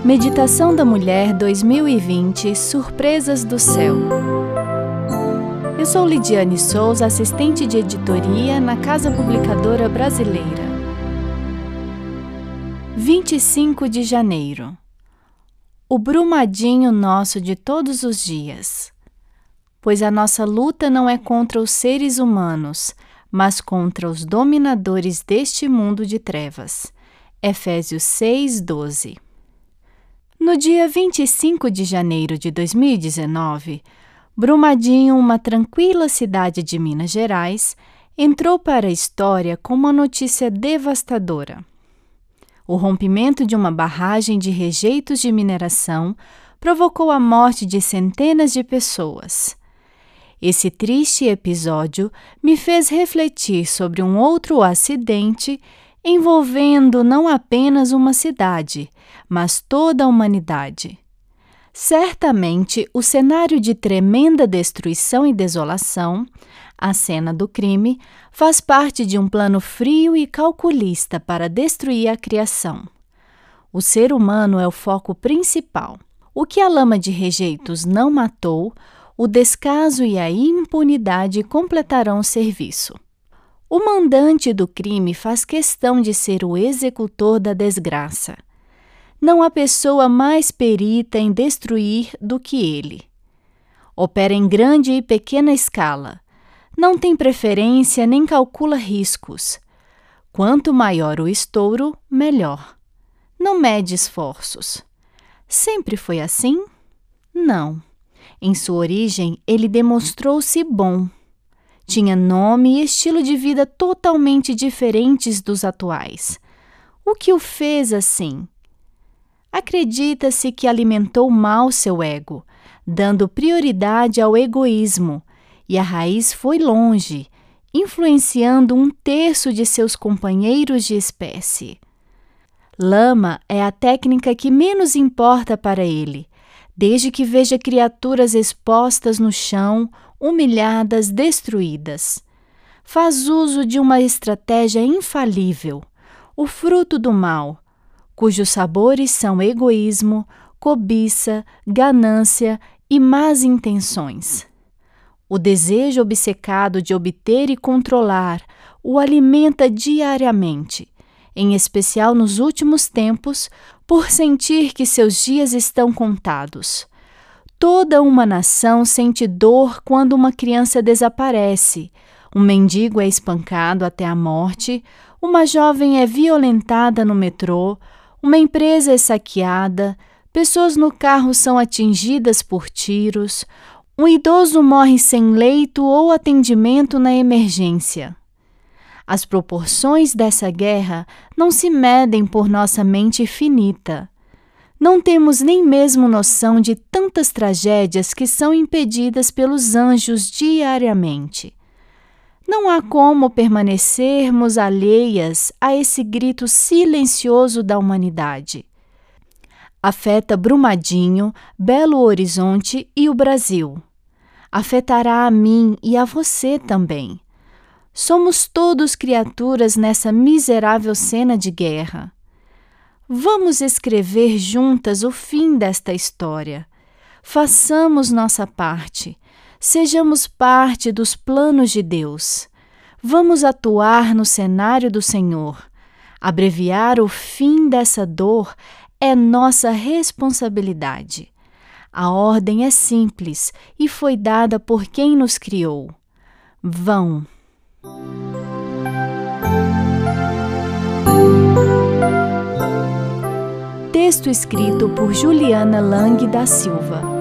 Meditação da Mulher 2020 Surpresas do Céu. Eu sou Lidiane Souza, assistente de editoria na Casa Publicadora Brasileira. 25 de janeiro. O brumadinho nosso de todos os dias. Pois a nossa luta não é contra os seres humanos, mas contra os dominadores deste mundo de trevas. Efésios 6:12. No dia 25 de janeiro de 2019, Brumadinho, uma tranquila cidade de Minas Gerais, entrou para a história com uma notícia devastadora. O rompimento de uma barragem de rejeitos de mineração provocou a morte de centenas de pessoas. Esse triste episódio me fez refletir sobre um outro acidente envolvendo não apenas uma cidade, mas toda a humanidade. Certamente, o cenário de tremenda destruição e desolação, a cena do crime, faz parte de um plano frio e calculista para destruir a criação. O ser humano é o foco principal. O que a lama de rejeitos não matou, o descaso e a impunidade completarão o serviço. O mandante do crime faz questão de ser o executor da desgraça. Não há pessoa mais perita em destruir do que ele. Opera em grande e pequena escala. Não tem preferência nem calcula riscos. Quanto maior o estouro, melhor. Não mede esforços. Sempre foi assim? Não. Em sua origem, ele demonstrou-se bom. Tinha nome e estilo de vida totalmente diferentes dos atuais. O que o fez assim? Acredita-se que alimentou mal seu ego, dando prioridade ao egoísmo, e a raiz foi longe, influenciando 1/3 de seus companheiros de espécie. Lama é a técnica que menos importa para ele, desde que veja criaturas expostas no chão, humilhadas, destruídas. Faz uso de uma estratégia infalível, o fruto do mal, cujos sabores são egoísmo, cobiça, ganância e más intenções. O desejo obcecado de obter e controlar o alimenta diariamente, em especial nos últimos tempos, por sentir que seus dias estão contados. Toda uma nação sente dor quando uma criança desaparece, um mendigo é espancado até a morte, uma jovem é violentada no metrô, uma empresa é saqueada, pessoas no carro são atingidas por tiros, um idoso morre sem leito ou atendimento na emergência. As proporções dessa guerra não se medem por nossa mente finita. Não temos nem mesmo noção de tantas tragédias que são impedidas pelos anjos diariamente. Não há como permanecermos alheias a esse grito silencioso da humanidade. Afeta Brumadinho, Belo Horizonte e o Brasil. Afetará a mim e a você também. Somos todos criaturas nessa miserável cena de guerra. Vamos escrever juntas o fim desta história. Façamos nossa parte. Sejamos parte dos planos de Deus. Vamos atuar no cenário do Senhor. Abreviar o fim dessa dor é nossa responsabilidade. A ordem é simples e foi dada por quem nos criou. Vão. Texto escrito por Juliana Lang da Silva.